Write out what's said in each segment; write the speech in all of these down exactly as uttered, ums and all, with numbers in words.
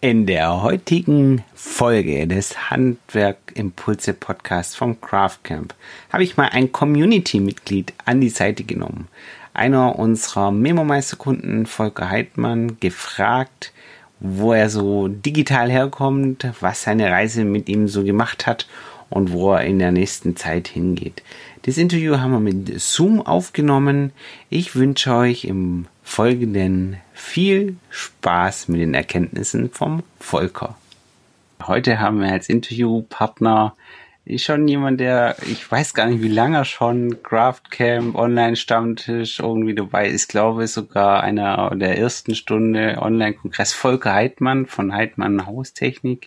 In der heutigen Folge des Handwerk-Impulse Podcasts vom Craftcamp habe ich mal ein Community-Mitglied an die Seite genommen. Einer unserer Memo-Meister-Kunden, Volker Heidmann, gefragt, wo er so digital herkommt, was seine Reise mit ihm so gemacht hat und wo er in der nächsten Zeit hingeht. Das Interview haben wir mit Zoom aufgenommen. Ich wünsche euch im Folgenden viel Spaß mit den Erkenntnissen vom Volker. Heute haben wir als Interviewpartner schon jemand, der, ich weiß gar nicht wie lange schon, Craftcamp, Online-Stammtisch irgendwie dabei ist. Ich glaube sogar einer der ersten Stunde Online-Kongress, Volker Heidmann von Heidmann Haustechnik.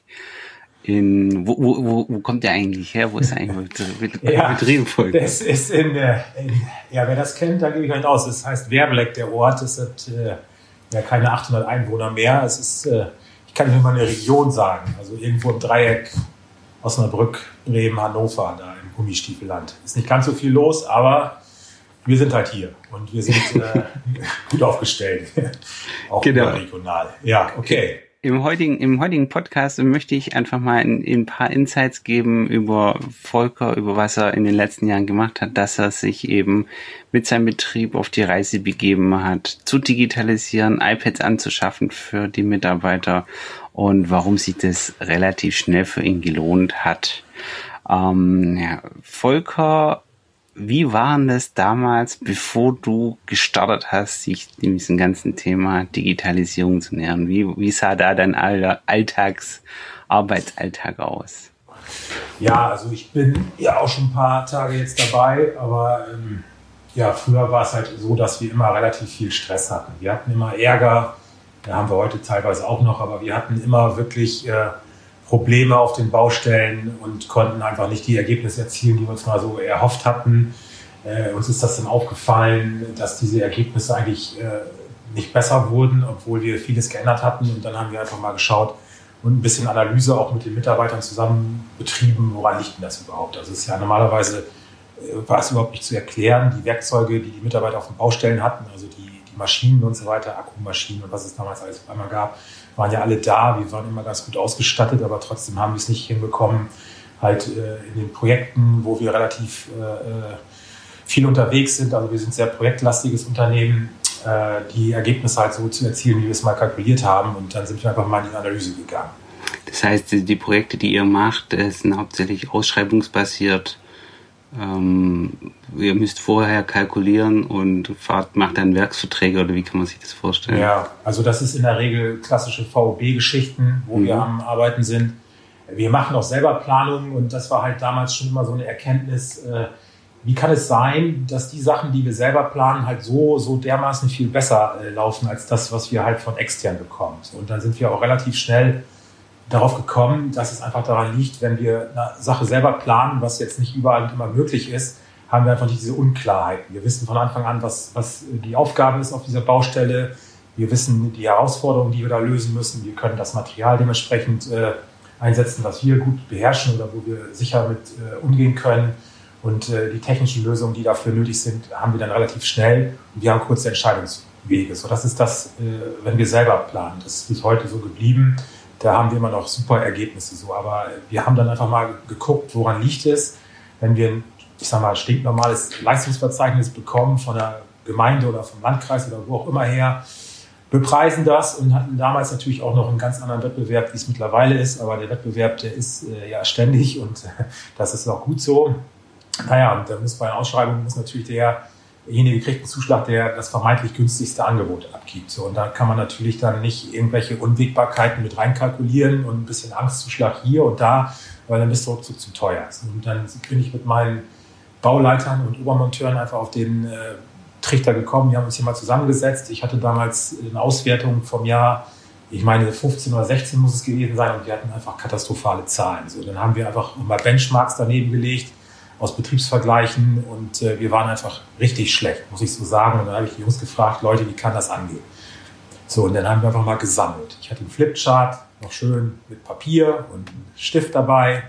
In, wo, wo, wo kommt der eigentlich her? Wo ist er eigentlich betrieben? Ja, das ist in, in, ja, wer das kennt, da gebe ich halt aus. Das heißt Werbleck, der Ort. Es hat äh, ja keine achthundert Einwohner mehr. Es ist, äh, ich kann nur mal eine Region sagen. Also irgendwo im Dreieck Osnabrück, Bremen, Hannover, da im Gummistiefelland. Ist nicht ganz so viel los, aber wir sind halt hier und wir sind äh, gut aufgestellt. Auch genau. Regional. Ja, okay. Im heutigen, im heutigen Podcast möchte ich einfach mal ein, ein paar Insights geben über Volker, über was er in den letzten Jahren gemacht hat, dass er sich eben mit seinem Betrieb auf die Reise begeben hat, zu digitalisieren, iPads anzuschaffen für die Mitarbeiter und warum sich das relativ schnell für ihn gelohnt hat. Ähm, ja, Volker, wie war denn das damals, bevor du gestartet hast, dich diesem ganzen Thema Digitalisierung zu nähern? Wie, wie sah da dein Alltags, Arbeitsalltag aus? Ja, also ich bin ja auch schon ein paar Tage jetzt dabei, aber ähm, ja, früher war es halt so, dass wir immer relativ viel Stress hatten. Wir hatten immer Ärger, da haben wir heute teilweise auch noch, aber wir hatten immer wirklich äh, Probleme auf den Baustellen und konnten einfach nicht die Ergebnisse erzielen, die wir uns mal so erhofft hatten. Äh, uns ist das dann aufgefallen, dass diese Ergebnisse eigentlich äh, nicht besser wurden, obwohl wir vieles geändert hatten. Und dann haben wir einfach mal geschaut und ein bisschen Analyse auch mit den Mitarbeitern zusammen betrieben, woran liegt denn das überhaupt? Also es ist ja normalerweise, äh, war es überhaupt nicht zu erklären, die Werkzeuge, die die Mitarbeiter auf den Baustellen hatten, also die, die Maschinen und so weiter, Akkumaschinen und was es damals alles auf einmal gab, waren ja alle da, wir waren immer ganz gut ausgestattet, aber trotzdem haben wir es nicht hinbekommen, halt äh, in den Projekten, wo wir relativ äh, viel unterwegs sind, also wir sind ein sehr projektlastiges Unternehmen, äh, die Ergebnisse halt so zu erzielen, wie wir es mal kalkuliert haben, und dann sind wir einfach mal in die Analyse gegangen. Das heißt, die Projekte, die ihr macht, sind hauptsächlich ausschreibungsbasiert. Ähm, ihr müsst vorher kalkulieren und fahrt, macht dann Werksverträge, oder wie kann man sich das vorstellen? Ja, also das ist in der Regel klassische V O B-Geschichten, wo mhm. wir am Arbeiten sind. Wir machen auch selber Planungen, und das war halt damals schon immer so eine Erkenntnis, äh, wie kann es sein, dass die Sachen, die wir selber planen, halt so, so dermaßen viel besser äh, laufen als das, was wir halt von extern bekommen. Und dann sind wir auch relativ schnell darauf gekommen, dass es einfach daran liegt, wenn wir eine Sache selber planen, was jetzt nicht überall immer möglich ist, haben wir einfach nicht diese Unklarheiten. Wir wissen von Anfang an, was, was die Aufgabe ist auf dieser Baustelle. Wir wissen die Herausforderungen, die wir da lösen müssen. Wir können das Material dementsprechend äh, einsetzen, was wir gut beherrschen oder wo wir sicher mit äh, umgehen können. Und äh, die technischen Lösungen, die dafür nötig sind, haben wir dann relativ schnell. Und wir haben kurze Entscheidungswege. So, das ist das, äh, wenn wir selber planen. Das ist bis heute so geblieben. Da haben wir immer noch super Ergebnisse. So. Aber wir haben dann einfach mal geguckt, woran liegt es, wenn wir ein, ich sag mal, stinknormales Leistungsverzeichnis bekommen von der Gemeinde oder vom Landkreis oder wo auch immer her, bepreisen das und hatten damals natürlich auch noch einen ganz anderen Wettbewerb, wie es mittlerweile ist. Aber der Wettbewerb, der ist äh, ja ständig, und äh, das ist auch gut so. Naja, und da muss bei einer Ausschreibung muss natürlich derjenige kriegt einen Zuschlag, der das vermeintlich günstigste Angebot abgibt. So, und da kann man natürlich dann nicht irgendwelche Unwägbarkeiten mit reinkalkulieren und ein bisschen Angstzuschlag hier und da, weil dann bist du ruckzuck zu teuer. Und dann bin ich mit meinen Bauleitern und Obermonteuren einfach auf den äh, Trichter gekommen. Wir haben uns hier mal zusammengesetzt. Ich hatte damals eine Auswertung vom Jahr, ich meine fünfzehn oder sechzehn muss es gewesen sein, und wir hatten einfach katastrophale Zahlen. So, dann haben wir einfach mal Benchmarks daneben gelegt aus Betriebsvergleichen, und äh, wir waren einfach richtig schlecht, muss ich so sagen. Und dann habe ich die Jungs gefragt, Leute, wie kann das angehen? So, und dann haben wir einfach mal gesammelt. Ich hatte einen Flipchart, noch schön mit Papier und einen Stift dabei,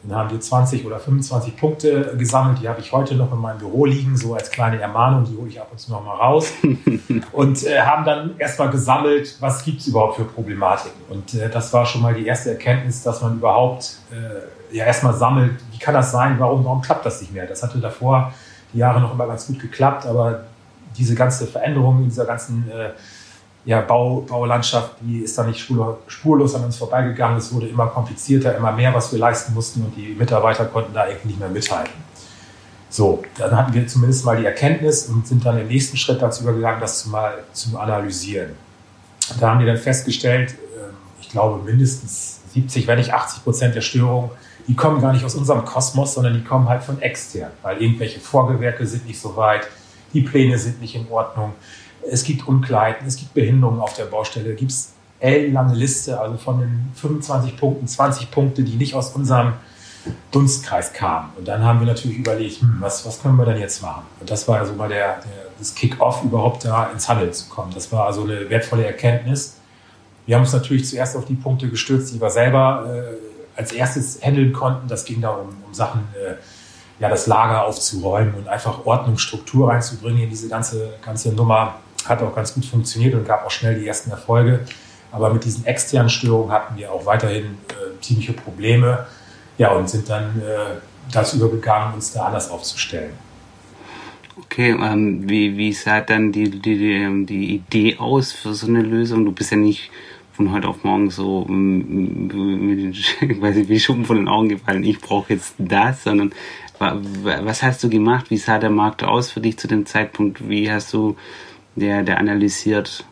Dann haben wir zwanzig oder fünfundzwanzig Punkte gesammelt. Die habe ich heute noch in meinem Büro liegen, so als kleine Ermahnung. Die hole ich ab und zu noch mal raus. Und äh, haben dann erstmal gesammelt, was gibt es überhaupt für Problematiken. Und äh, das war schon mal die erste Erkenntnis, dass man überhaupt äh, ja erstmal sammelt, wie kann das sein, warum, warum klappt das nicht mehr. Das hatte davor die Jahre noch immer ganz gut geklappt, aber diese ganze Veränderung in dieser ganzen äh, ja, Bau, Baulandschaft, die ist dann nicht spurlos, spurlos an uns vorbeigegangen. Es wurde immer komplizierter, immer mehr, was wir leisten mussten und die Mitarbeiter konnten da irgendwie nicht mehr mithalten. So, dann hatten wir zumindest mal die Erkenntnis und sind dann im nächsten Schritt dazu übergegangen, das zu mal zu analysieren. Da haben wir dann festgestellt, ich glaube mindestens siebzig, wenn nicht achtzig Prozent der Störungen, die kommen gar nicht aus unserem Kosmos, sondern die kommen halt von extern, weil irgendwelche Vorgewerke sind nicht so weit, die Pläne sind nicht in Ordnung. Es gibt Unklarheiten, es gibt Behinderungen auf der Baustelle, es gibt eine ellenlange Liste, also von den fünfundzwanzig Punkten, zwanzig Punkte, die nicht aus unserem Dunstkreis kamen. Und dann haben wir natürlich überlegt, hm, was, was können wir denn jetzt machen? Und das war also mal der, der, das Kick-Off, überhaupt da ins Handeln zu kommen. Das war also eine wertvolle Erkenntnis. Wir haben uns natürlich zuerst auf die Punkte gestürzt, die wir selber äh, als erstes handeln konnten. Das ging da um, um Sachen, äh, ja, das Lager aufzuräumen und einfach Ordnung, Struktur reinzubringen in diese ganze, ganze Nummer. Hat auch ganz gut funktioniert und gab auch schnell die ersten Erfolge. Aber mit diesen externen Störungen hatten wir auch weiterhin äh, ziemliche Probleme. Ja, und sind dann äh, dazu übergegangen, uns da anders aufzustellen. Okay, ähm, wie, wie sah dann die, die, die, die Idee aus für so eine Lösung? Du bist ja nicht von heute auf morgen so mit, ich weiß nicht, wie Schuppen von den Augen gefallen, ich brauche jetzt das, sondern was hast du gemacht? Wie sah der Markt aus für dich zu dem Zeitpunkt? Wie hast du der, der analysiert?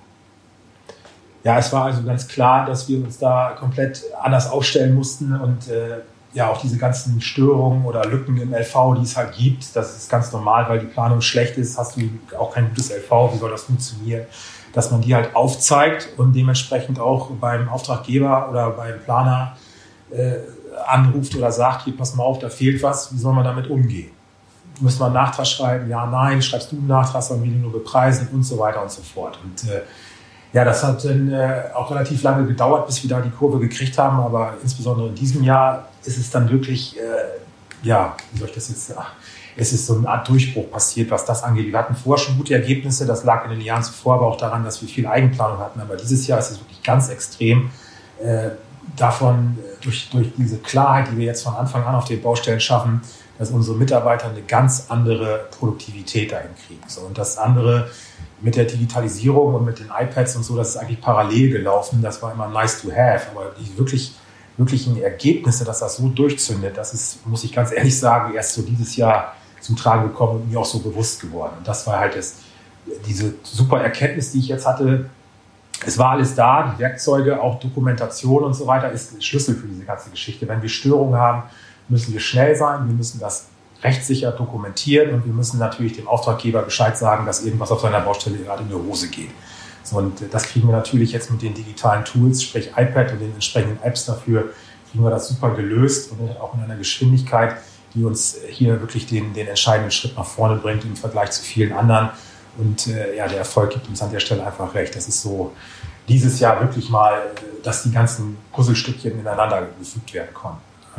Ja, es war also ganz klar, dass wir uns da komplett anders aufstellen mussten und äh, ja auch diese ganzen Störungen oder Lücken im L V, die es halt gibt, das ist ganz normal, weil die Planung schlecht ist, hast du auch kein gutes L V, wie soll das funktionieren? Dass man die halt aufzeigt und dementsprechend auch beim Auftraggeber oder beim Planer äh, anruft oder sagt, hier, pass mal auf, da fehlt was, wie soll man damit umgehen? Müssen wir einen Nachtrag schreiben? Ja, nein, schreibst du einen Nachtrag, sollen wir den nur bepreisen und so weiter und so fort. Und äh, ja, das hat dann äh, auch relativ lange gedauert, bis wir da die Kurve gekriegt haben, aber insbesondere in diesem Jahr ist es dann wirklich, äh, ja, wie soll ich das jetzt sagen? Es ist so eine Art Durchbruch passiert, was das angeht. Wir hatten vorher schon gute Ergebnisse, das lag in den Jahren zuvor aber auch daran, dass wir viel Eigenplanung hatten, aber dieses Jahr ist es wirklich ganz extrem. Äh, davon, durch, durch diese Klarheit, die wir jetzt von Anfang an auf den Baustellen schaffen, dass unsere Mitarbeiter eine ganz andere Produktivität dahin kriegen. So, und das andere mit der Digitalisierung und mit den iPads und so, das ist eigentlich parallel gelaufen. Das war immer nice to have, aber die wirklich, wirklichen Ergebnisse, dass das so durchzündet, das ist, muss ich ganz ehrlich sagen, erst so dieses Jahr zum Tragen gekommen und mir auch so bewusst geworden. Und das war halt das, diese super Erkenntnis, die ich jetzt hatte. Es war alles da, die Werkzeuge, auch Dokumentation und so weiter ist Schlüssel für diese ganze Geschichte. Wenn wir Störungen haben, müssen wir schnell sein, wir müssen das rechtssicher dokumentieren und wir müssen natürlich dem Auftraggeber Bescheid sagen, dass irgendwas auf seiner Baustelle gerade in die Hose geht. So, und das kriegen wir natürlich jetzt mit den digitalen Tools, sprich iPad und den entsprechenden Apps dafür, kriegen wir das super gelöst und auch in einer Geschwindigkeit, die uns hier wirklich den, den entscheidenden Schritt nach vorne bringt im Vergleich zu vielen anderen. Und äh, ja, der Erfolg gibt uns an der Stelle einfach recht. Das ist so dieses Jahr wirklich mal, dass die ganzen Puzzlestückchen ineinander gefügt werden konnten.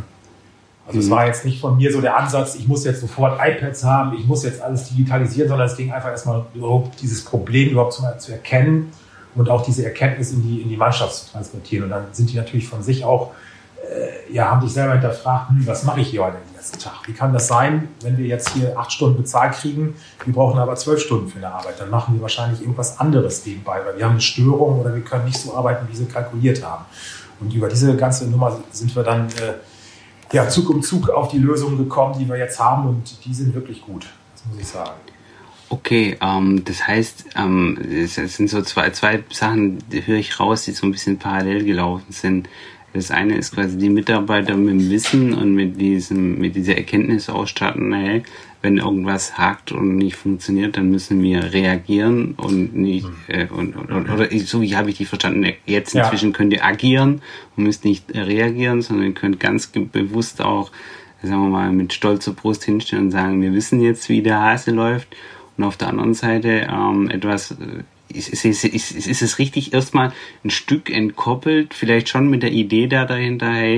Also mhm. Es war jetzt nicht von mir so der Ansatz, ich muss jetzt sofort iPads haben, ich muss jetzt alles digitalisieren, sondern es ging einfach erstmal überhaupt dieses Problem überhaupt zu, zu erkennen und auch diese Erkenntnis in die, in die Mannschaft zu transportieren. Und dann sind die natürlich von sich auch, äh, ja, haben sich selber hinterfragt, hm, was mache ich hier heute den letzten Tag? Wie kann das sein, wenn wir jetzt hier acht Stunden bezahlt kriegen, wir brauchen aber zwölf Stunden für eine Arbeit, dann machen wir wahrscheinlich irgendwas anderes nebenbei, weil wir haben eine Störung oder wir können nicht so arbeiten, wie sie kalkuliert haben. Und über diese ganze Nummer sind wir dann äh, ja, Zug um Zug auf die Lösungen gekommen, die wir jetzt haben und die sind wirklich gut, das muss ich sagen. Okay, ähm, das heißt, ähm, es, es sind so zwei, zwei Sachen, die höre ich raus, die so ein bisschen parallel gelaufen sind. Das eine ist quasi die Mitarbeiter mit dem Wissen und mit diesem, mit dieser Erkenntnis ausstatten, hey, wenn irgendwas hakt und nicht funktioniert, dann müssen wir reagieren und nicht, äh, und, und, oder so wie habe ich die verstanden, jetzt inzwischen ja. Könnt ihr agieren und müsst nicht reagieren, sondern ihr könnt ganz bewusst auch, sagen wir mal, mit stolzer Brust hinstellen und sagen, wir wissen jetzt, wie der Hase läuft. Und auf der anderen Seite ähm, etwas, ist, ist, ist, ist, ist es richtig erstmal ein Stück entkoppelt, vielleicht schon mit der Idee da dahinter, hey,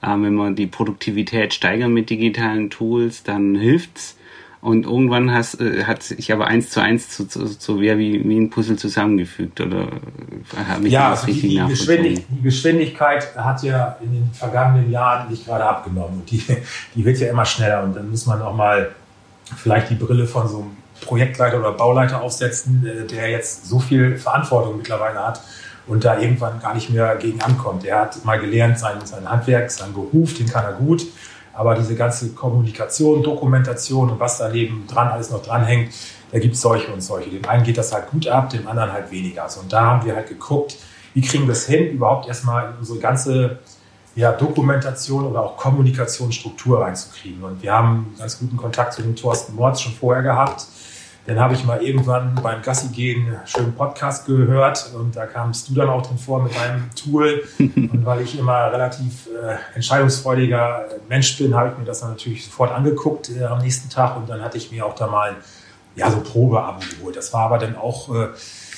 äh, wenn wir die Produktivität steigern mit digitalen Tools, dann hilft's. Und irgendwann hast, äh, hat sich aber eins zu eins zu, zu, zu wie, wie ein Puzzle zusammengefügt, oder habe ich ja, das also richtig die, die, nachvollzogen? Geschwindig, die Geschwindigkeit hat ja in den vergangenen Jahren nicht gerade abgenommen. Und die, die wird ja immer schneller. Und dann muss man auch mal vielleicht die Brille von so einem Projektleiter oder Bauleiter aufsetzen, der jetzt so viel Verantwortung mittlerweile hat und da irgendwann gar nicht mehr gegen ankommt. Er hat mal gelernt, sein, sein Handwerk, sein Beruf, den kann er gut. Aber diese ganze Kommunikation, Dokumentation und was daneben dran alles noch dranhängt, da gibt es solche und solche. Dem einen geht das halt gut ab, dem anderen halt weniger. Also, und da haben wir halt geguckt, wie kriegen wir es hin, überhaupt erstmal in unsere ganze ja, Dokumentation oder auch Kommunikationsstruktur reinzukriegen. Und wir haben einen ganz guten Kontakt zu dem Thorsten Morz schon vorher gehabt. Dann habe ich mal irgendwann beim Gassi gehen einen schönen Podcast gehört und da kamst du dann auch drin vor mit deinem Tool. Und weil ich immer relativ äh, entscheidungsfreudiger Mensch bin, habe ich mir das dann natürlich sofort angeguckt äh, am nächsten Tag und dann hatte ich mir auch da mal ja, so Probeabo geholt. Das war aber dann auch äh,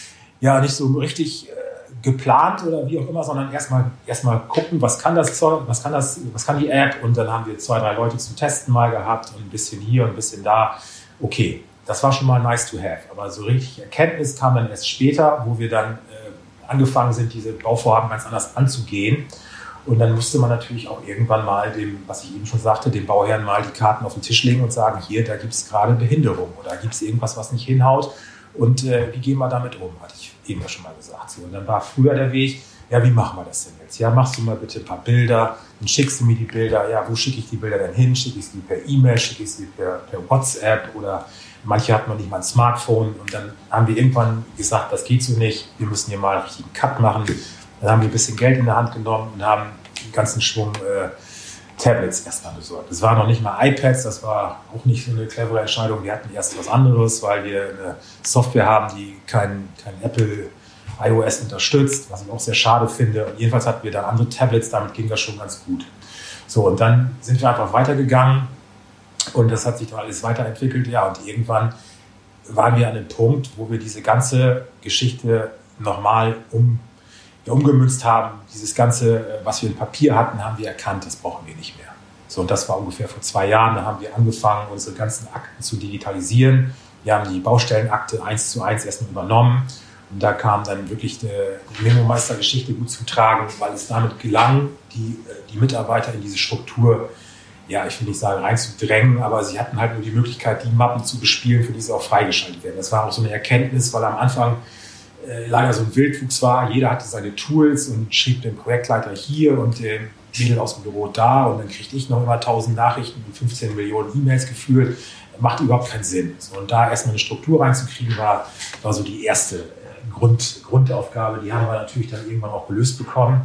ja nicht so richtig äh, geplant oder wie auch immer, sondern erstmal erstmal gucken, was kann das Zeug, was kann das, was kann die App, und dann haben wir zwei, drei Leute zum Testen mal gehabt und ein bisschen hier und ein bisschen da. Okay. Das war schon mal nice to have, aber so richtig Erkenntnis kam dann erst später, wo wir dann äh, angefangen sind, diese Bauvorhaben ganz anders anzugehen. Und dann musste man natürlich auch irgendwann mal dem, was ich eben schon sagte, dem Bauherrn mal die Karten auf den Tisch legen und sagen, hier, da gibt es gerade Behinderung oder gibt es irgendwas, was nicht hinhaut und äh, wie gehen wir damit um, hatte ich eben ja schon mal gesagt. So, und dann war früher der Weg, ja, wie machen wir das denn jetzt? Ja, machst du mal bitte ein paar Bilder, dann schickst du mir die Bilder, ja, wo schicke ich die Bilder denn hin? Schicke ich sie per E-Mail, schicke ich sie per, per WhatsApp oder manche hatten noch nicht mal ein Smartphone und dann haben wir irgendwann gesagt, das geht so nicht, wir müssen hier mal einen richtigen Cut machen. Dann haben wir ein bisschen Geld in der Hand genommen und haben den ganzen Schwung äh, Tablets erstmal besorgt. Das waren noch nicht mal iPads, das war auch nicht so eine clevere Entscheidung. Wir hatten erst was anderes, weil wir eine Software haben, die kein, kein Apple iOS unterstützt, was ich auch sehr schade finde. Und jedenfalls hatten wir da andere Tablets, damit ging das schon ganz gut. So, und dann sind wir einfach weitergegangen. Und das hat sich doch alles weiterentwickelt. Ja, und irgendwann waren wir an dem Punkt, wo wir diese ganze Geschichte nochmal um, ja, umgemünzt haben. Dieses Ganze, was wir in Papier hatten, haben wir erkannt, das brauchen wir nicht mehr. So, und das war ungefähr vor zwei Jahren. Da haben wir angefangen, unsere ganzen Akten zu digitalisieren. Wir haben die Baustellenakte eins zu eins erstmal übernommen. Und da kam dann wirklich die, die Memo-Meister-Geschichte gut zum Tragen, weil es damit gelang, die, die Mitarbeiter in diese Struktur, ja, ich will nicht sagen reinzudrängen, aber sie hatten halt nur die Möglichkeit, die Mappen zu bespielen, für die sie auch freigeschaltet werden. Das war auch so eine Erkenntnis, weil am Anfang äh, leider so ein Wildwuchs war. Jeder hatte seine Tools und schrieb den Projektleiter hier und den Mädel aus dem Büro da und dann kriegte ich noch immer tausend Nachrichten und fünfzehn Millionen E-Mails gefühlt. Macht überhaupt keinen Sinn. So, und da erstmal eine Struktur reinzukriegen, war, war so die erste äh, Grund, Grundaufgabe. Die haben wir natürlich dann irgendwann auch gelöst bekommen.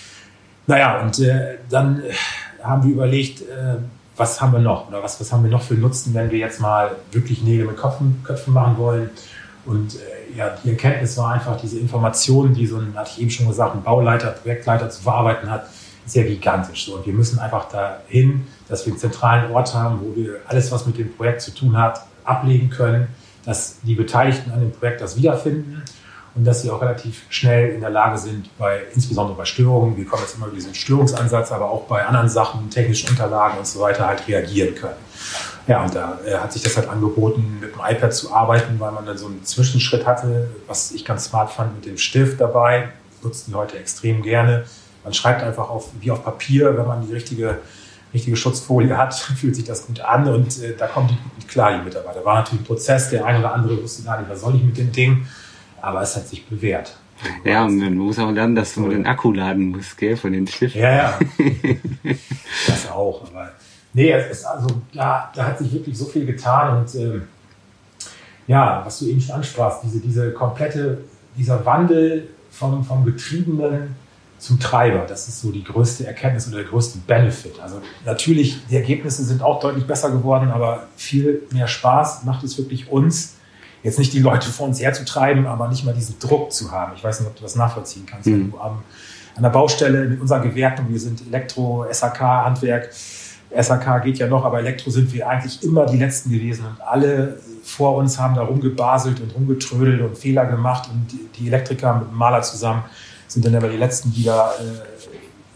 Naja, und äh, dann äh, haben wir überlegt, äh, was haben wir noch oder was, was haben wir noch für Nutzen, wenn wir jetzt mal wirklich Nägel mit Köpfen, Köpfen machen wollen. Und äh, ja, die Erkenntnis war einfach, diese Informationen, die so ein, hatte ich eben schon gesagt, ein Bauleiter, Projektleiter zu verarbeiten hat, ist ja gigantisch. So. Und wir müssen einfach dahin, dass wir einen zentralen Ort haben, wo wir alles, was mit dem Projekt zu tun hat, ablegen können, dass die Beteiligten an dem Projekt das wiederfinden und dass sie auch relativ schnell in der Lage sind, bei, insbesondere bei Störungen, wir kommen jetzt immer über diesen Störungsansatz, aber auch bei anderen Sachen, technischen Unterlagen und so weiter, halt reagieren können. Ja, und da äh, hat sich das halt angeboten, mit dem iPad zu arbeiten, weil man dann so einen Zwischenschritt hatte, was ich ganz smart fand, mit dem Stift dabei, nutzen die heute extrem gerne. Man schreibt einfach auf, wie auf Papier, wenn man die richtige, richtige Schutzfolie hat, fühlt sich das gut an und äh, da kommen die gut klar, die Mitarbeiter. War natürlich ein Prozess, der ein oder andere wusste gar nicht, was soll ich mit dem Ding, aber es hat sich bewährt. Ja, und man muss auch lernen, dass man den Akku laden muss, gell, von den Stiften. Ja, ja. Das auch, aber nee, es ist also, ja, da hat sich wirklich so viel getan und ähm, ja, was du eben schon ansprachst, diese, diese komplette, dieser Wandel vom, vom Getriebenen zum Treiber, das ist so die größte Erkenntnis oder der größte Benefit. Also natürlich, die Ergebnisse sind auch deutlich besser geworden, aber viel mehr Spaß macht es wirklich uns, jetzt nicht die Leute vor uns herzutreiben, aber nicht mal diesen Druck zu haben. Ich weiß nicht, ob du das nachvollziehen kannst. Mhm. Wenn du am, an der Baustelle mit unserer Gewertung, wir sind Elektro, S H K, Handwerk, S H K geht ja noch, aber Elektro sind wir eigentlich immer die Letzten gewesen und alle vor uns haben da rumgebaselt und rumgetrödelt und Fehler gemacht und die Elektriker mit dem Maler zusammen sind dann aber die Letzten, die da äh,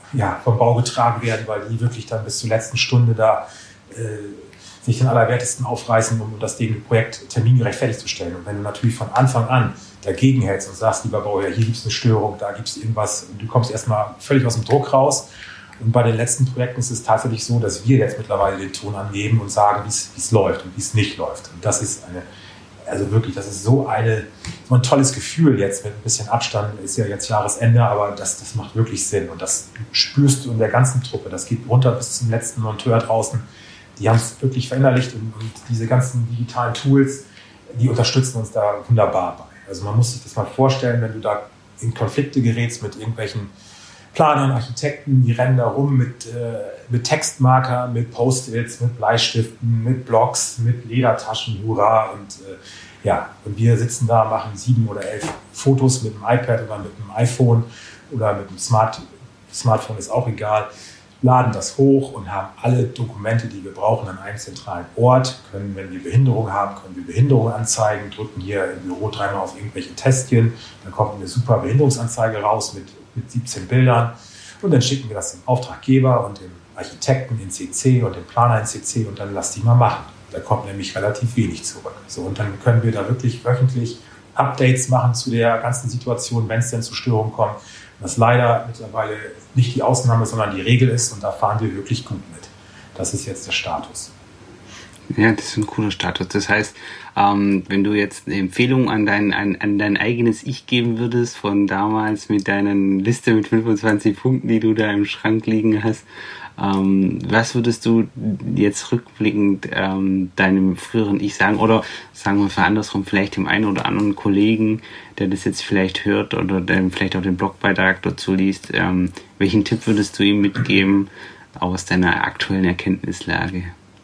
ja, vom Bau getragen werden, weil die wirklich dann bis zur letzten Stunde da äh, sich den Allerwertesten aufreißen, um das Ding Projekt termingerecht fertigzustellen. Und wenn du natürlich von Anfang an dagegen hältst und sagst, lieber Bauherr, hier gibt es eine Störung, da gibt es irgendwas, und du kommst erstmal völlig aus dem Druck raus. Und bei den letzten Projekten ist es tatsächlich so, dass wir jetzt mittlerweile den Ton angeben und sagen, wie es läuft und wie es nicht läuft. Und das ist eine, also wirklich, das ist so, eine, so ein tolles Gefühl jetzt mit ein bisschen Abstand, ist ja jetzt Jahresende, aber das, das macht wirklich Sinn. Und das spürst du in der ganzen Truppe. Das geht runter bis zum letzten Monteur draußen. Die haben es wirklich verinnerlicht und, und diese ganzen digitalen Tools, die unterstützen uns da wunderbar bei. Also man muss sich das mal vorstellen, wenn du da in Konflikte gerätst mit irgendwelchen Planern, Architekten, die rennen da rum mit, äh, mit Textmarker, mit Post-its, mit Bleistiften, mit Blocks, mit Ledertaschen, hurra. Und äh, ja, und wir sitzen da, machen sieben oder elf Fotos mit dem iPad oder mit dem iPhone oder mit dem Smart, Smartphone, ist auch egal, laden das hoch und haben alle Dokumente, die wir brauchen, an einem zentralen Ort, können, wenn wir Behinderung haben, können wir Behinderung anzeigen, drücken hier im Büro dreimal auf irgendwelche Tästchen, dann kommt eine super Behinderungsanzeige raus mit, mit siebzehn Bildern und dann schicken wir das dem Auftraggeber und dem Architekten in C C und dem Planer in C C und dann lass die mal machen. Da kommt nämlich relativ wenig zurück. So, und dann können wir da wirklich wöchentlich Updates machen zu der ganzen Situation, wenn es denn zu Störungen kommt, was leider mittlerweile nicht die Ausnahme, sondern die Regel ist und da fahren wir wirklich gut mit. Das ist jetzt der Status. Ja, das ist ein cooler Status. Das heißt, ähm, wenn du jetzt eine Empfehlung an dein, an, an dein eigenes Ich geben würdest, von damals mit deiner Liste mit fünfundzwanzig Punkten, die du da im Schrank liegen hast, ähm, was würdest du jetzt rückblickend ähm, deinem früheren Ich sagen? Oder sagen wir für andersrum, vielleicht dem einen oder anderen Kollegen, der das jetzt vielleicht hört oder der vielleicht auch den Blogbeitrag dazu liest, ähm, welchen Tipp würdest du ihm mitgeben aus deiner aktuellen Erkenntnislage?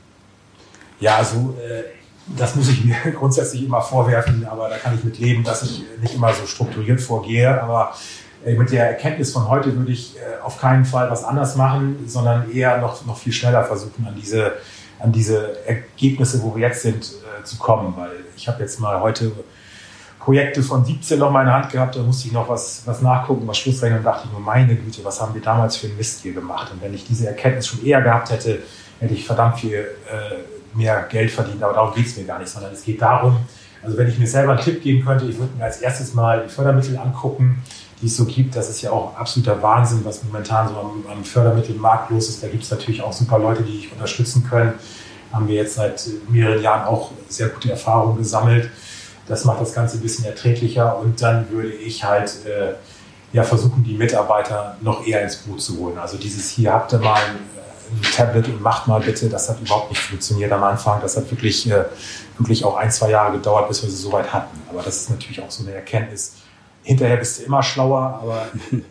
Ja, also äh, das muss ich mir grundsätzlich immer vorwerfen, aber da kann ich mit leben, dass ich nicht immer so strukturiert vorgehe. Aber äh, mit der Erkenntnis von heute würde ich äh, auf keinen Fall was anders machen, sondern eher noch, noch viel schneller versuchen, an diese, an diese Ergebnisse, wo wir jetzt sind, äh, zu kommen. Weil ich habe jetzt mal heute Projekte von siebzehn noch mal in der Hand gehabt, da musste ich noch was, was nachgucken, was Schlussrechnen, und dachte ich nur, meine Güte, was haben wir damals für einen Mist hier gemacht? Und wenn ich diese Erkenntnis schon eher gehabt hätte, hätte ich verdammt viel äh, mehr Geld verdient. Aber darum geht es mir gar nicht, sondern es geht darum, also wenn ich mir selber einen Tipp geben könnte, ich würde mir als erstes mal die Fördermittel angucken, die es so gibt. Das ist ja auch absoluter Wahnsinn, was momentan so am, am Fördermittelmarkt los ist. Da gibt es natürlich auch super Leute, die dich unterstützen können. Haben wir jetzt seit mehreren Jahren auch sehr gute Erfahrungen gesammelt. Das macht das Ganze ein bisschen erträglicher und dann würde ich halt äh, ja, versuchen, die Mitarbeiter noch eher ins Boot zu holen. Also dieses hier, habt ihr mal ein, ein Tablet und macht mal bitte, das hat überhaupt nicht funktioniert am Anfang. Das hat wirklich, äh, wirklich auch ein, zwei Jahre gedauert, bis wir sie so weit hatten. Aber das ist natürlich auch so eine Erkenntnis. Hinterher bist du immer schlauer, aber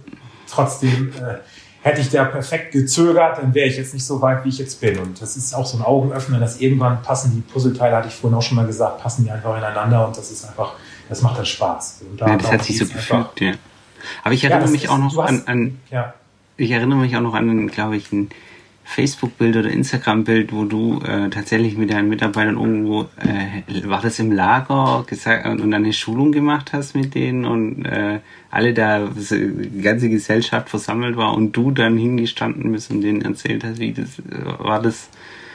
trotzdem äh, hätte ich da perfekt gezögert, dann wäre ich jetzt nicht so weit, wie ich jetzt bin. Und das ist auch so ein Augenöffner, dass irgendwann passen die Puzzleteile, hatte ich vorhin auch schon mal gesagt, passen die einfach ineinander und das ist einfach, das macht dann Spaß. Und da, ja, das hat sich so gefügt, ja. Aber ich erinnere ja, mich auch noch hast, an, an ja. ich erinnere mich auch noch an, glaube ich, ein Facebook-Bild oder Instagram-Bild, wo du äh, tatsächlich mit deinen Mitarbeitern irgendwo, äh, war das im Lager gesagt, und dann eine Schulung gemacht hast mit denen und äh, alle da, die ganze Gesellschaft versammelt war und du dann hingestanden bist und denen erzählt hast, wie das, äh, war das?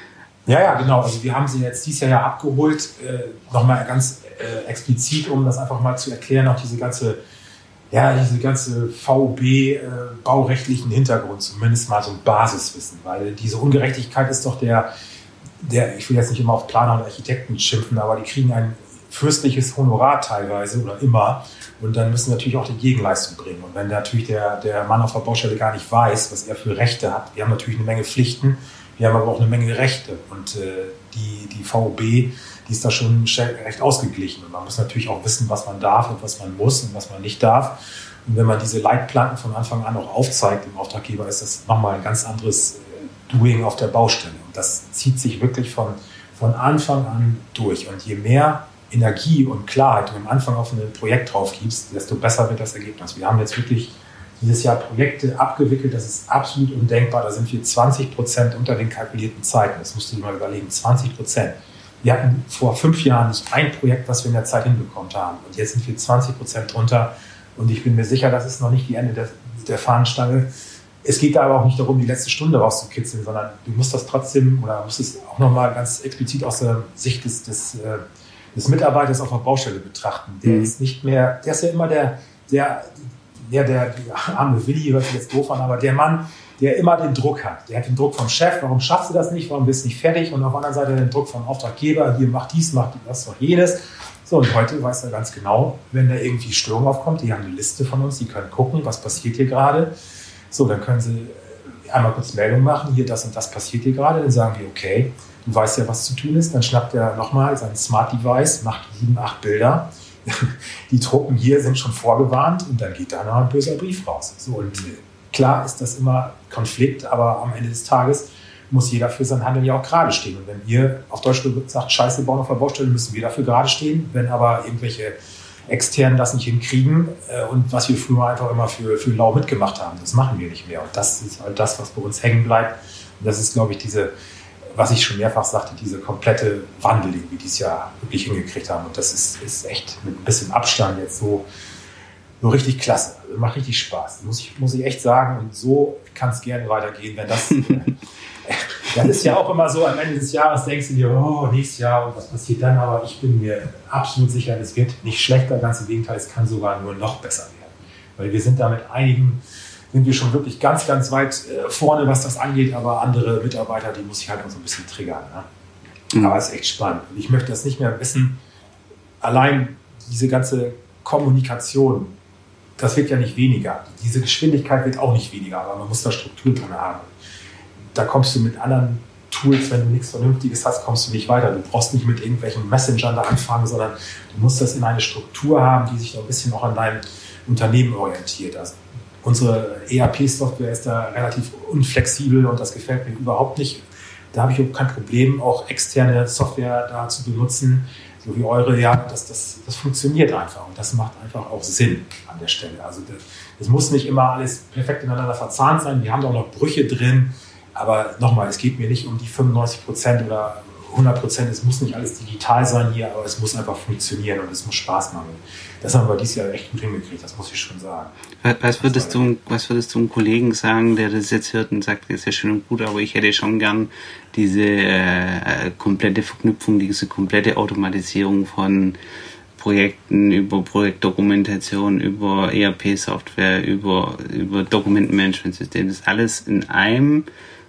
Ja, ja, genau. Also wir haben sie jetzt dieses Jahr ja abgeholt, äh, nochmal ganz äh, explizit, um das einfach mal zu erklären, auch diese ganze Ja, diese ganze V B-baurechtlichen äh, Hintergrund, zumindest mal so ein Basiswissen, weil diese Ungerechtigkeit ist doch der, der, ich will jetzt nicht immer auf Planer und Architekten schimpfen, aber die kriegen ein fürstliches Honorar teilweise oder immer und dann müssen natürlich auch die Gegenleistung bringen. Und wenn natürlich der, der Mann auf der Baustelle gar nicht weiß, was er für Rechte hat, wir haben natürlich eine Menge Pflichten, wir haben aber auch eine Menge Rechte und äh, die, die V B, die ist da schon recht ausgeglichen. Und man muss natürlich auch wissen, was man darf und was man muss und was man nicht darf. Und wenn man diese Leitplanken von Anfang an auch aufzeigt dem Auftraggeber, ist das nochmal ein ganz anderes Doing auf der Baustelle. Und das zieht sich wirklich von, von Anfang an durch. Und je mehr Energie und Klarheit du am Anfang auf ein Projekt drauf gibst, desto besser wird das Ergebnis. Wir haben jetzt wirklich dieses Jahr Projekte abgewickelt, das ist absolut undenkbar. Da sind wir zwanzig Prozent unter den kalkulierten Zeiten. Das musst du dir mal überlegen, zwanzig Prozent. Wir hatten vor fünf Jahren nicht ein Projekt, was wir in der Zeit hinbekommen haben. Und jetzt sind wir zwanzig Prozent drunter. Und ich bin mir sicher, das ist noch nicht die Ende der, der Fahnenstange. es geht da aber auch nicht darum, die letzte Stunde rauszukitzeln, sondern du musst das trotzdem, oder musst es auch nochmal ganz explizit aus der Sicht des, des, äh, des Mitarbeiters auf der Baustelle betrachten. Der mhm. ist nicht mehr, der ist ja immer der, der, der, der, der arme Willi, hört sich jetzt doof an, aber der Mann, der immer den Druck hat. Der hat den Druck vom Chef, warum schaffst du das nicht, warum bist du nicht fertig? Und auf der anderen Seite den Druck vom Auftraggeber, hier mach dies, mach das, mach jenes. So, und heute weiß er ganz genau, wenn da irgendwie Störung aufkommt, die haben eine Liste von uns, die können gucken, was passiert hier gerade. So, dann können sie einmal kurz Meldung machen, hier das und das passiert hier gerade. Dann sagen wir, okay, du weißt ja, was zu tun ist. Dann schnappt er nochmal sein Smart Device, macht sieben, acht Bilder. Die Truppen hier sind schon vorgewarnt und dann geht da noch ein böser Brief raus. So, und klar ist das immer Konflikt, aber am Ende des Tages muss jeder für sein Handeln ja auch gerade stehen. Und wenn ihr auf Deutsch gesagt, Scheiße bauen auf der Baustelle, müssen wir dafür gerade stehen. Wenn aber irgendwelche Externen das nicht hinkriegen äh, und was wir früher einfach immer für, für lau mitgemacht haben, das machen wir nicht mehr. Und das ist halt das, was bei uns hängen bleibt. Und das ist, glaube ich, diese, was ich schon mehrfach sagte, diese komplette Wandel, die wir dieses Jahr wirklich hingekriegt haben. Und das ist, ist echt mit ein bisschen Abstand jetzt so, so richtig klasse. Also macht richtig Spaß. Muss ich, muss ich echt sagen. Und so kann es gerne weitergehen, wenn das... Das ist ja auch immer so, am Ende des Jahres denkst du dir, oh, nächstes Jahr und was passiert dann? Aber ich bin mir absolut sicher, es wird nicht schlechter, ganz im Gegenteil, es kann sogar nur noch besser werden. Weil wir sind da mit einigen, sind wir schon wirklich ganz, ganz weit vorne, was das angeht, aber andere Mitarbeiter, die muss ich halt noch so ein bisschen triggern. Ne? Mhm. Aber es ist echt spannend. Und ich möchte das nicht mehr wissen, allein diese ganze Kommunikation, das wird ja nicht weniger. Diese Geschwindigkeit wird auch nicht weniger, aber man muss da Struktur drin haben. Da kommst du mit anderen Tools, wenn du nichts Vernünftiges hast, kommst du nicht weiter. Du brauchst nicht mit irgendwelchen Messengern da anfangen, sondern du musst das in eine Struktur haben, die sich noch ein bisschen auch an deinem Unternehmen orientiert. Also unsere E R P-Software ist da relativ unflexibel und das gefällt mir überhaupt nicht. Da habe ich auch kein Problem, auch externe Software da zu benutzen, so wie eure. Ja, das, das, das funktioniert einfach und das macht einfach auch Sinn an der Stelle. Also es muss nicht immer alles perfekt ineinander verzahnt sein. Wir haben da auch noch Brüche drin. Aber nochmal, es geht mir nicht um die fünfundneunzig Prozent oder hundert Prozent. Es muss nicht alles digital sein hier, aber es muss einfach funktionieren und es muss Spaß machen. Das haben wir dieses Jahr echt gut hingekriegt, das muss ich schon sagen. Was würdest du, was würdest du einem Kollegen sagen, der das jetzt hört und sagt, das ist ja schön und gut, aber ich hätte schon gern diese äh, komplette Verknüpfung, diese komplette Automatisierung von Projekten, über Projektdokumentation, über E R P-Software, über, über Dokumentenmanagementsystem, das ist alles in einem.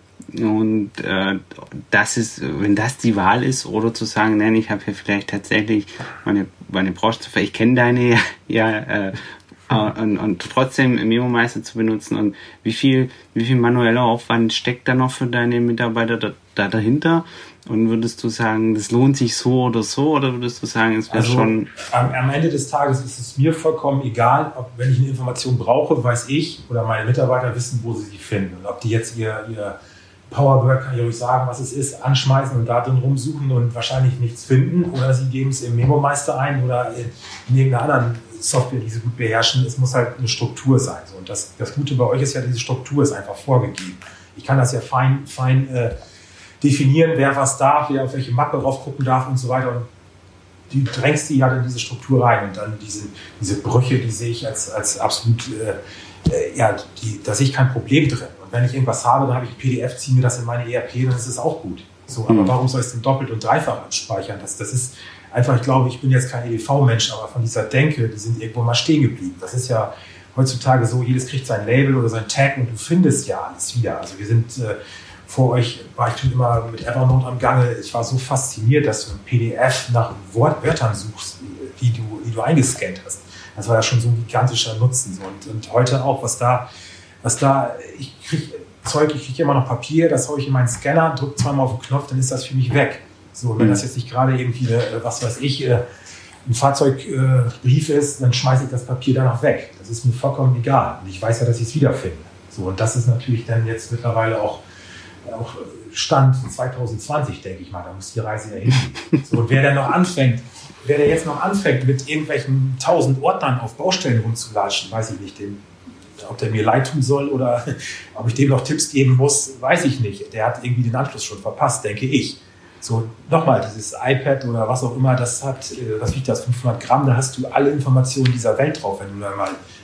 Und äh, das ist, wenn das die Wahl ist, oder zu sagen, nein, ich habe hier vielleicht tatsächlich meine, meine Branche, ich kenne deine, ja, äh, und, und trotzdem MemoMeister zu benutzen. Und wie viel, wie viel manueller Aufwand steckt da noch für deine Mitarbeiter da, da dahinter? Und würdest du sagen, das lohnt sich so oder so, oder würdest du sagen, es wäre also, schon... Am, am Ende des Tages ist es mir vollkommen egal, ob, wenn ich eine Information brauche, weiß ich oder meine Mitarbeiter wissen, wo sie sie finden. Und ob die jetzt ihr, ihr Powerwork, kann ich euch sagen, was es ist, anschmeißen und da drin rumsuchen und wahrscheinlich nichts finden, oder sie geben es im MemoMeister ein oder in, in irgendeiner anderen Software, die sie gut beherrschen. Es muss halt eine Struktur sein. So. Und das, das Gute bei euch ist ja, diese Struktur ist einfach vorgegeben. Ich kann das ja fein, fein äh, definieren, wer was darf, wer auf welche Mappe drauf gucken darf und so weiter. Und du drängst die halt in diese Struktur rein. Und dann diese, diese Brüche, die sehe ich als, als absolut, äh, äh, ja, die, da sehe ich kein Problem drin. Und wenn ich irgendwas habe, dann habe ich ein P D F, ziehe mir das in meine E R P, dann ist es auch gut. So, aber mhm. warum soll ich es denn doppelt und dreifach abspeichern? Das, das ist einfach, ich glaube, ich bin jetzt kein E D V-Mensch, aber von dieser Denke, die sind irgendwo mal stehen geblieben. Das ist ja heutzutage so, jedes kriegt sein Label oder sein Tag und du findest ja alles wieder. Also wir sind... Äh, Vor euch war ich schon immer mit Evernote am Gange. Ich war so fasziniert, dass du ein P D F nach Wort, Wörtern suchst, die du, die du eingescannt hast. Das war ja schon so ein gigantischer Nutzen. So. Und, und heute auch, was da, was da, ich kriege Zeug, ich kriege immer noch Papier, das haue ich in meinen Scanner, drücke zweimal auf den Knopf, dann ist das für mich weg. So, wenn mhm. das jetzt nicht gerade irgendwie, was weiß ich, ein Fahrzeugbrief ist, dann schmeiße ich das Papier danach weg. Das ist mir vollkommen egal. Und ich weiß ja, dass ich es wiederfinde. So, und das ist natürlich dann jetzt mittlerweile auch auch Stand zwanzig zwanzig, denke ich mal, da muss die Reise ja hin. So, und wer dann noch anfängt, wer der jetzt noch anfängt, mit irgendwelchen tausend Ordnern auf Baustellen rumzulatschen, weiß ich nicht, dem, ob der mir leid tun soll oder ob ich dem noch Tipps geben muss, weiß ich nicht. Der hat irgendwie den Anschluss schon verpasst, denke ich. So, nochmal, dieses iPad oder was auch immer, das hat, was wiegt das, fünfhundert Gramm, da hast du alle Informationen dieser Welt drauf, wenn du da mal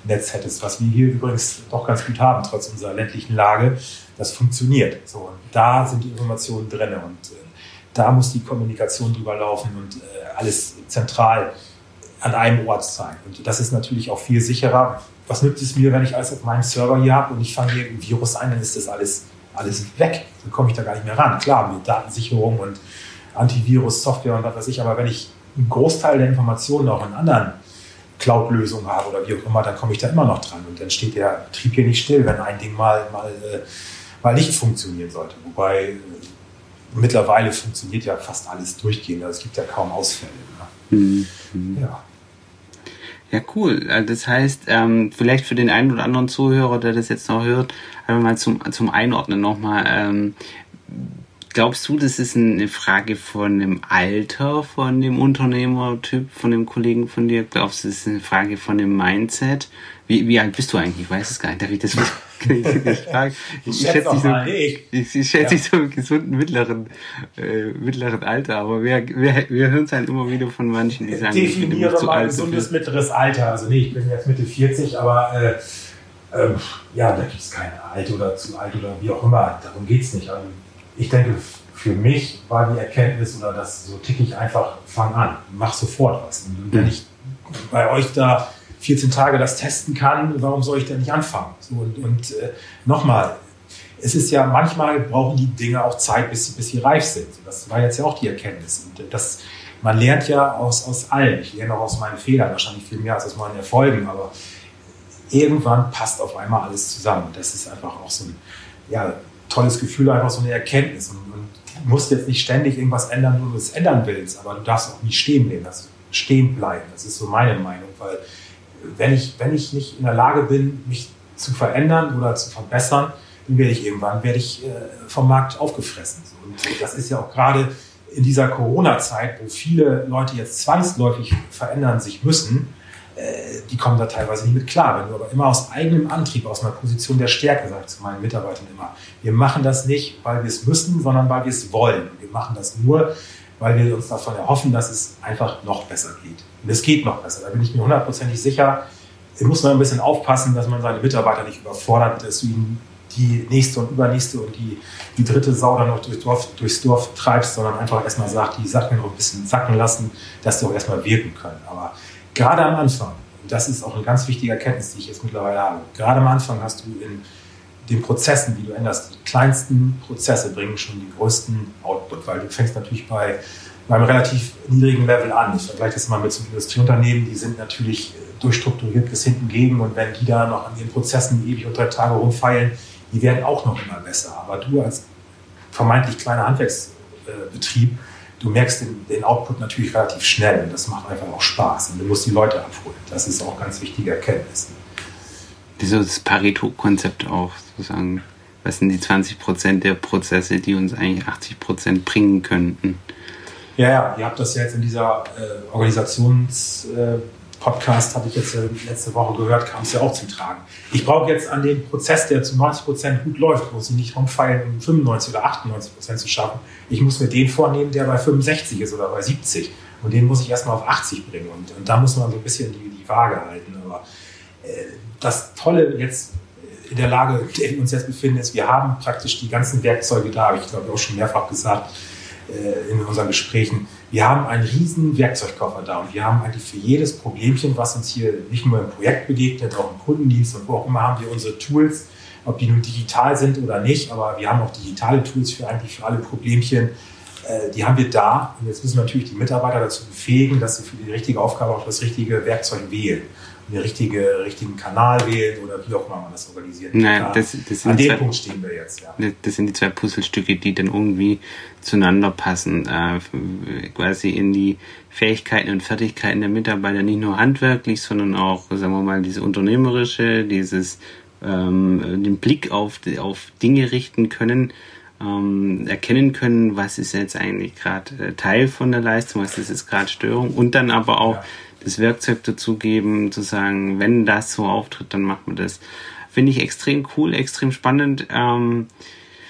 Netz hättest, was wir hier übrigens doch ganz gut haben, trotz unserer ländlichen Lage. Das funktioniert. So, und da sind die Informationen drin und äh, da muss die Kommunikation drüber laufen und äh, alles zentral an einem Ort sein. Und das ist natürlich auch viel sicherer. Was nützt es mir, wenn ich alles auf meinem Server hier habe und ich fange hier ein Virus ein, dann ist das alles, alles weg. Dann komme ich da gar nicht mehr ran. Klar, mit Datensicherung und Antivirus-Software und was weiß ich, aber wenn ich einen Großteil der Informationen auch in anderen Cloud-Lösungen habe oder wie auch immer, dann komme ich da immer noch dran. Und dann steht der Betrieb hier nicht still, wenn ein Ding mal, mal, äh, mal nicht funktionieren sollte. Wobei äh, mittlerweile funktioniert ja fast alles durchgehend. Also es gibt ja kaum Ausfälle. Ne? Mhm. Ja. Ja, cool. Das heißt, ähm, vielleicht für den einen oder anderen Zuhörer, der das jetzt noch hört, einfach mal zum, zum Einordnen nochmal. Ähm, glaubst du, das ist eine Frage von dem Alter von dem Unternehmertyp, von dem Kollegen von dir? Glaubst du, das ist eine Frage von dem Mindset? Wie, wie alt bist du eigentlich? Ich weiß es gar nicht. Darf ich das nicht fragen? Ich, ich schätze dich so, ich, ich schätze dich ja. so im gesunden mittleren, äh, mittleren Alter, aber wir, wir, wir hören es halt immer wieder von manchen, die sagen, definiere ich bin mal gesundes mittleres Alter. Also nee, ich bin jetzt Mitte vierzig, aber äh, ähm, ja, da gibt es kein alt oder zu alt oder wie auch immer. Darum geht es nicht. Also, ich denke, für mich war die Erkenntnis oder das, so tick ich einfach, fang an, mach sofort was. Und wenn ich bei euch da vierzehn Tage das testen kann, warum soll ich denn nicht anfangen? So, und und äh, nochmal, es ist ja, manchmal brauchen die Dinge auch Zeit, bis sie, bis sie reif sind. Das war jetzt ja auch die Erkenntnis. Und das, man lernt ja aus, aus allem. Ich lerne auch aus meinen Fehlern, wahrscheinlich viel mehr als aus meinen Erfolgen, aber irgendwann passt auf einmal alles zusammen. Das ist einfach auch so ein ja, tolles Gefühl, einfach so eine Erkenntnis. Und, und du musst jetzt nicht ständig irgendwas ändern, nur du es ändern willst, aber du darfst auch nicht stehen bleiben, also stehen bleiben. Das ist so meine Meinung, weil wenn ich, wenn ich nicht in der Lage bin, mich zu verändern oder zu verbessern, dann werde ich irgendwann werde ich, äh, vom Markt aufgefressen. Und das ist ja auch gerade in dieser Corona-Zeit, wo viele Leute jetzt zwangsläufig verändern sich müssen, äh, die kommen da teilweise nicht mit klar. Wenn du aber immer aus eigenem Antrieb, aus einer Position der Stärke, sage ich zu meinen Mitarbeitern immer, wir machen das nicht, weil wir es müssen, sondern weil wir es wollen. Wir machen das nur, weil wir uns davon erhoffen, dass es einfach noch besser geht. Und es geht noch besser, da bin ich mir hundertprozentig sicher. Da muss man ein bisschen aufpassen, dass man seine Mitarbeiter nicht überfordert, dass du ihnen die nächste und übernächste und die, die dritte Sau dann noch durchs Dorf, durchs Dorf treibst, sondern einfach erstmal sagt, die Sachen noch ein bisschen sacken lassen, dass die auch erstmal wirken können. Aber gerade am Anfang, und das ist auch eine ganz wichtige Erkenntnis, die ich jetzt mittlerweile habe, gerade am Anfang hast du in den Prozessen, die du änderst, die kleinsten Prozesse bringen schon den größten Output, weil du fängst natürlich bei beim relativ niedrigen Level an. Ich vergleiche das mal mit so einem Industrieunternehmen, die sind natürlich durchstrukturiert bis hinten gegen und wenn die da noch an ihren Prozessen ewig und drei Tage rumfeilen, die werden auch noch immer besser. Aber du als vermeintlich kleiner Handwerksbetrieb, du merkst den, den Output natürlich relativ schnell und das macht einfach auch Spaß und du musst die Leute abholen. Das ist auch ganz wichtige Erkenntnis. Wieso das Pareto-Konzept auch sozusagen? Was sind die zwanzig Prozent der Prozesse, die uns eigentlich achtzig Prozent bringen könnten? Ja, ja, ihr habt das ja jetzt in dieser äh, Organisations-Podcast, äh, habe ich jetzt äh, letzte Woche gehört, kam es ja auch zum Tragen. Ich brauche jetzt an dem Prozess, der zu neunzig Prozent gut läuft, wo sie nicht rumfeilen, um fünfundneunzig oder achtundneunzig Prozent zu schaffen. Ich muss mir den vornehmen, der bei fünfundsechzig ist oder bei siebzig. Und den muss ich erstmal auf achtzig bringen. Und, und da muss man so ein bisschen die, die Waage halten. Aber äh, das Tolle jetzt in der Lage, in der wir uns jetzt befinden, ist, wir haben praktisch die ganzen Werkzeuge da, habe ich glaube ich auch schon mehrfach gesagt, in unseren Gesprächen. Wir haben einen riesen Werkzeugkoffer da und wir haben eigentlich für jedes Problemchen, was uns hier nicht nur im Projekt begegnet, auch im Kundendienst und wo auch immer, haben wir unsere Tools, ob die nun digital sind oder nicht, aber wir haben auch digitale Tools für eigentlich für alle Problemchen. Die haben wir da und jetzt müssen wir natürlich die Mitarbeiter dazu befähigen, dass sie für die richtige Aufgabe auch das richtige Werkzeug wählen. Den richtige, richtigen Kanal wählen oder wie auch immer man das organisiert. Nein, das, das sind An dem zwei, Punkt stehen wir jetzt. Ja. Das sind die zwei Puzzlestücke, die dann irgendwie zueinander passen. Äh, quasi in die Fähigkeiten und Fertigkeiten der Mitarbeiter, nicht nur handwerklich, sondern auch, sagen wir mal, diese unternehmerische, dieses ähm, den Blick auf, auf Dinge richten können, ähm, erkennen können, was ist jetzt eigentlich gerade Teil von der Leistung, was ist jetzt gerade Störung und dann aber auch ja. das Werkzeug dazu geben, zu sagen, wenn das so auftritt, dann machen wir das. Finde ich extrem cool, extrem spannend. Ähm,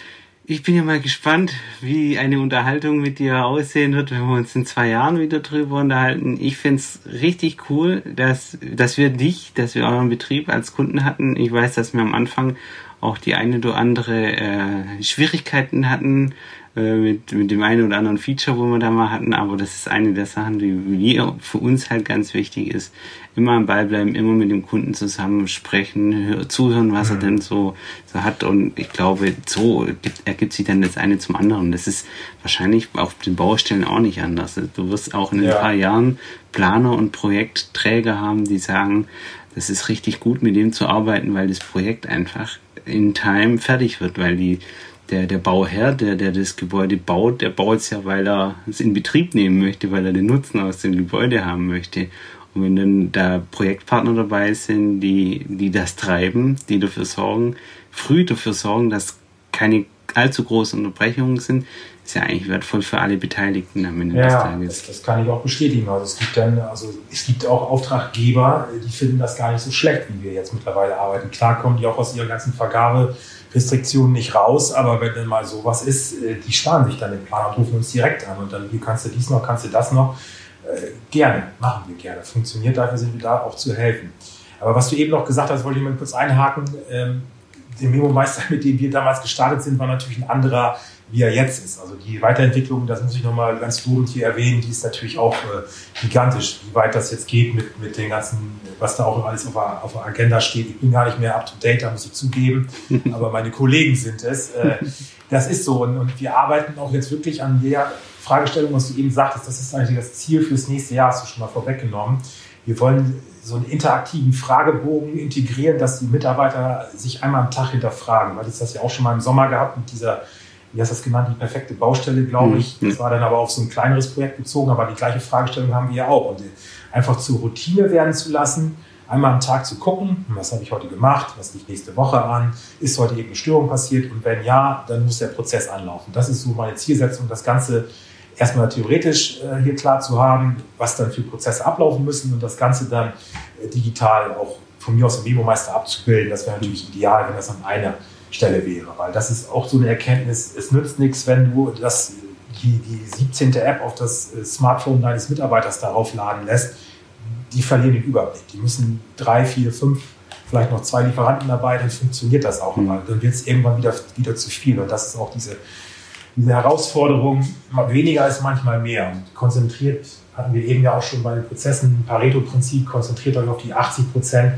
Ich bin ja mal gespannt, wie eine Unterhaltung mit dir aussehen wird, wenn wir uns in zwei Jahren wieder drüber unterhalten. Ich find's richtig cool, dass, dass wir dich, dass wir euren Betrieb als Kunden hatten. Ich weiß, dass wir am Anfang auch die eine oder andere äh, Schwierigkeiten hatten äh, mit, mit dem einen oder anderen Feature, wo wir da mal hatten. Aber das ist eine der Sachen, die wir, für uns halt ganz wichtig ist. Immer am Ball bleiben, immer mit dem Kunden zusammen sprechen, hör, zuhören, was mhm. er denn so, so hat. Und ich glaube, so gibt, ergibt sich dann das eine zum anderen. Das ist wahrscheinlich auf den Baustellen auch nicht anders. Du wirst auch in ja. ein paar Jahren Planer und Projektträger haben, die sagen, das ist richtig gut, mit dem zu arbeiten, weil das Projekt einfach in Time fertig wird, weil die Der, der Bauherr, der, der das Gebäude baut, der baut es ja, weil er es in Betrieb nehmen möchte, weil er den Nutzen aus dem Gebäude haben möchte. Und wenn dann da Projektpartner dabei sind, die, die das treiben, die dafür sorgen, früh dafür sorgen, dass keine allzu großen Unterbrechungen sind, ist ja eigentlich wertvoll für alle Beteiligten am Ende ja, des Tages. Das, das kann ich auch bestätigen. Also es gibt dann, also es gibt auch Auftraggeber, die finden das gar nicht so schlecht, wie wir jetzt mittlerweile arbeiten. Klar kommen die auch aus ihrer ganzen Vergaberestriktionen nicht raus, aber wenn dann mal sowas ist, die sparen sich dann den Plan und rufen uns direkt an und dann, hier kannst du dies noch, kannst du das noch. Äh, gerne, machen wir gerne. Funktioniert, dafür sind wir da auch zu helfen. Aber was du eben noch gesagt hast, wollte ich mal kurz einhaken. Ähm, der Memo-Meister, mit dem wir damals gestartet sind, war natürlich ein anderer, wie er jetzt ist. Also die Weiterentwicklung, das muss ich nochmal ganz lobend hier erwähnen, die ist natürlich auch äh, gigantisch, wie weit das jetzt geht mit, mit den ganzen, was da auch alles auf der, auf der Agenda steht. Ich bin gar nicht mehr up to date, da muss ich zugeben, aber meine Kollegen sind es. Äh, das ist so und, und wir arbeiten auch jetzt wirklich an der Fragestellung, was du eben sagtest, das ist eigentlich das Ziel fürs nächste Jahr, hast du schon mal vorweggenommen. Wir wollen so einen interaktiven Fragebogen integrieren, dass die Mitarbeiter sich einmal am Tag hinterfragen. Weil das das ja auch schon mal im Sommer gehabt mit dieser, wie hast du das genannt, die perfekte Baustelle, glaube ich. Das war dann aber auf so ein kleineres Projekt bezogen, aber die gleiche Fragestellung haben wir ja auch. Und einfach zur Routine werden zu lassen, einmal am Tag zu gucken, was habe ich heute gemacht, was liegt nächste Woche an, ist heute irgendeine Störung passiert und wenn ja, dann muss der Prozess anlaufen. Das ist so meine Zielsetzung, das Ganze erstmal theoretisch äh, hier klar zu haben, was dann für Prozesse ablaufen müssen und das Ganze dann äh, digital auch von mir aus im Memo-Meister abzubilden. Das wäre natürlich ideal, wenn das an einer Stelle wäre, weil das ist auch so eine Erkenntnis, es nützt nichts, wenn du das, die, die siebzehnte App auf das Smartphone deines Mitarbeiters darauf laden lässt, die verlieren den Überblick. Die müssen drei, vier, fünf, vielleicht noch zwei Lieferanten dabei, dann funktioniert das auch. Mhm. Aber dann wird es irgendwann wieder, wieder zu viel und das ist auch diese Diese Herausforderung, weniger ist manchmal mehr. Und konzentriert, hatten wir eben ja auch schon bei den Prozessen, Pareto-Prinzip, konzentriert euch auf die achtzig Prozent,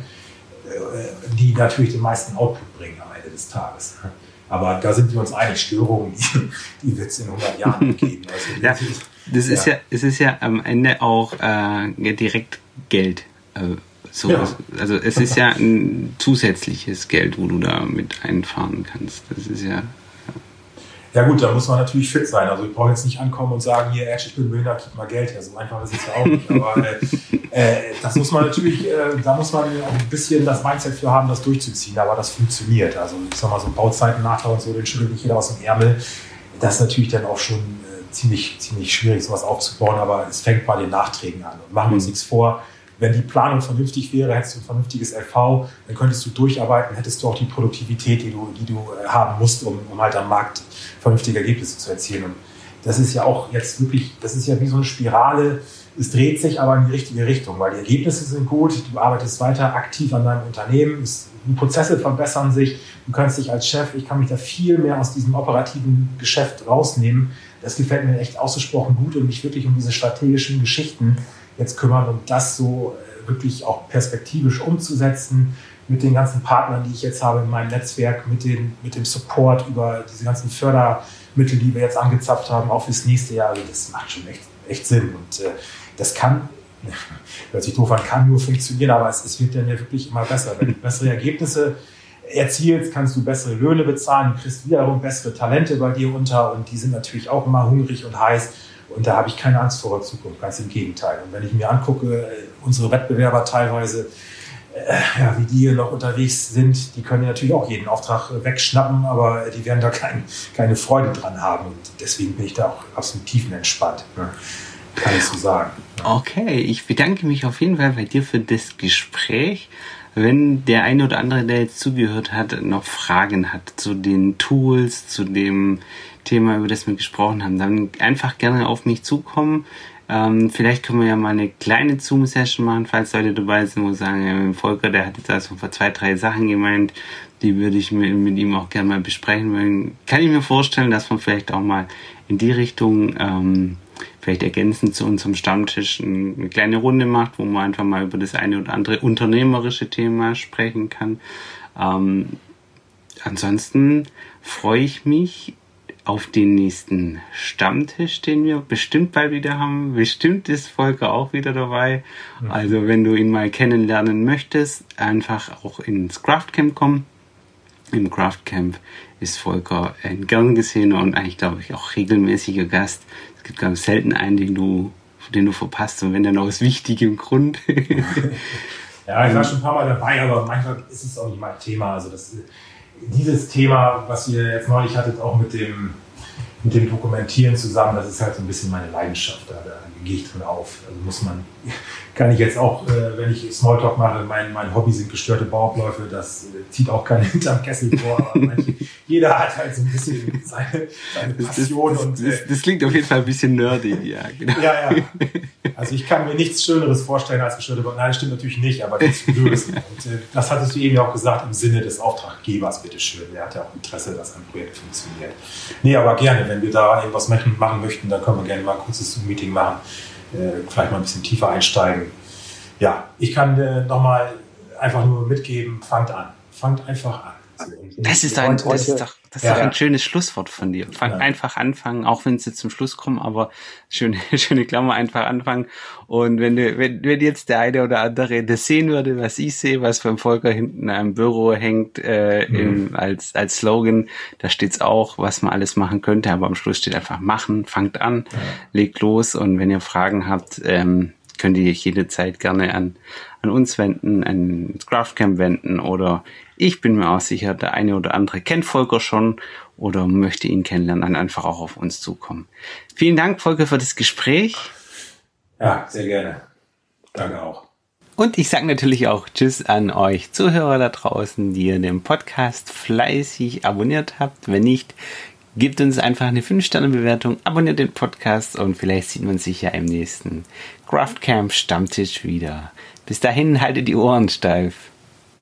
die natürlich den meisten Output bringen am Ende des Tages. Aber da sind wir uns einig, Störungen, die, die wird es in hundert Jahren geben. Also ja, das ist ja. ja, es ist ja am Ende auch äh, direkt Geld. Äh, so, ja. Also es ist ja ein zusätzliches Geld, wo du da mit einfahren kannst. Das ist ja... Ja gut, da muss man natürlich fit sein. Also ich brauche jetzt nicht ankommen und sagen, hier, Edge, ich bin behindert, gib mal Geld her. So einfach ist es ja auch nicht. Aber äh, äh, das muss man natürlich, äh, da muss man auch ein bisschen das Mindset für haben, das durchzuziehen. Aber das funktioniert. Also ich sag mal, so Bauzeiten-Nachtrag und so, den schüttelt nicht jeder aus dem Ärmel. Das ist natürlich dann auch schon äh, ziemlich, ziemlich schwierig, sowas aufzubauen. Aber es fängt bei den Nachträgen an. Und machen wir uns mhm. nichts vor. Wenn die Planung vernünftig wäre, hättest du ein vernünftiges L V, dann könntest du durcharbeiten, hättest du auch die Produktivität, die du, die du haben musst, um, um halt am Markt vernünftige Ergebnisse zu erzielen. Und das ist ja auch jetzt wirklich, das ist ja wie so eine Spirale, es dreht sich aber in die richtige Richtung, weil die Ergebnisse sind gut, du arbeitest weiter aktiv an deinem Unternehmen, es, die Prozesse verbessern sich, du kannst dich als Chef, ich kann mich da viel mehr aus diesem operativen Geschäft rausnehmen. Das gefällt mir echt ausgesprochen gut und mich wirklich um diese strategischen Geschichten jetzt kümmern und das so wirklich auch perspektivisch umzusetzen mit den ganzen Partnern, die ich jetzt habe in meinem Netzwerk, mit, den, mit dem Support über diese ganzen Fördermittel, die wir jetzt angezapft haben, auch fürs nächste Jahr. Also das macht schon echt, echt Sinn und äh, das kann, hört sich doof an, kann nur funktionieren, aber es, es wird dann ja wirklich immer besser. Wenn du bessere Ergebnisse erzielst, kannst du bessere Löhne bezahlen, du kriegst wiederum bessere Talente bei dir unter und die sind natürlich auch immer hungrig und heiß. Und da habe ich keine Angst vor der Zukunft, ganz im Gegenteil. Und wenn ich mir angucke, unsere Wettbewerber teilweise, äh, ja, wie die hier noch unterwegs sind, die können ja natürlich auch jeden Auftrag wegschnappen, aber die werden da kein, keine Freude dran haben. Und deswegen bin ich da auch absolut tiefenentspannt, ne? Kann ich so sagen. Okay, ich bedanke mich auf jeden Fall bei dir für das Gespräch. wenn der eine oder andere, der jetzt zugehört hat, noch Fragen hat zu den Tools, zu dem Thema, über das wir gesprochen haben, dann einfach gerne auf mich zukommen. Ähm, vielleicht können wir ja mal eine kleine Zoom-Session machen, falls Leute dabei sind, wo sagen, ja, Volker, der hat jetzt also vor zwei, drei Sachen gemeint, die würde ich mit, mit ihm auch gerne mal besprechen wollen. Kann ich mir vorstellen, dass man vielleicht auch mal in die Richtung, ähm, vielleicht ergänzend zu unserem Stammtisch eine kleine Runde macht, wo man einfach mal über das eine oder andere unternehmerische Thema sprechen kann. Ähm, ansonsten freue ich mich auf den nächsten Stammtisch, den wir bestimmt bald wieder haben. Bestimmt ist Volker auch wieder dabei. Mhm. Also wenn du ihn mal kennenlernen möchtest, einfach auch ins Craftcamp kommen. Im Craftcamp ist Volker ein gern gesehener und eigentlich, glaube ich, auch regelmäßiger Gast. Es gibt ganz selten einen, den du, den du verpasst, und wenn dann aus wichtigem Grund. Ja, ich war schon ein paar Mal dabei, aber manchmal ist es auch nicht mein Thema. Also das Dieses Thema, was ihr jetzt neulich hattet, auch mit dem, mit dem Dokumentieren zusammen, das ist halt so ein bisschen meine Leidenschaft. Da, da gehe ich drin auf. Also muss man, kann ich jetzt auch, äh, wenn ich Smalltalk mache, mein, mein Hobby sind gestörte Bauabläufe, das äh, zieht auch keinen hinterm Kessel vor. Aber manche, jeder hat halt so ein bisschen seine, seine Passion. Das, das, und, äh, das, das klingt auf jeden Fall ein bisschen nerdig, ja. Genau. Ja, ja. Also ich kann mir nichts Schöneres vorstellen als gestörte Bauabläufe. Nein, das stimmt natürlich nicht, aber das ist lösen. Und äh, das hattest du eben auch gesagt, im Sinne des Auftraggebers, bitteschön. Der hat ja auch Interesse, dass ein Projekt funktioniert. Nee, aber gerne, wenn wir da irgendwas machen möchten, dann können wir gerne mal ein kurzes Meeting machen. Äh, vielleicht mal ein bisschen tiefer einsteigen. Ja, ich kann äh, nochmal einfach nur mitgeben, fangt an. Fangt einfach an. So, das ist, ein, das ist doch, das ist ja, doch ein ja. schönes Schlusswort von dir. Fang ja. einfach anfangen, auch wenn es jetzt zum Schluss kommt, aber schöne, schöne Klammer, einfach anfangen. Und wenn du, wenn, wenn jetzt der eine oder andere das sehen würde, was ich sehe, was beim Volker hinten am Büro hängt, äh, mhm. im, als, als Slogan, da steht's auch, was man alles machen könnte, aber am Schluss steht einfach machen, fangt an, ja. legt los, und wenn ihr Fragen habt, ähm, könnt ihr euch jederzeit gerne an, an uns wenden, ans Craftcamp wenden, oder ich bin mir auch sicher, der eine oder andere kennt Volker schon oder möchte ihn kennenlernen, dann einfach auch auf uns zukommen. Vielen Dank, Volker, für das Gespräch. Ja, sehr gerne. Danke auch. Und ich sage natürlich auch Tschüss an euch Zuhörer da draußen, die ihr den Podcast fleißig abonniert habt. Wenn nicht, gebt uns einfach eine fünf Sterne Bewertung, abonniert den Podcast und vielleicht sieht man sich ja im nächsten Craftcamp Stammtisch wieder. Bis dahin, haltet die Ohren steif.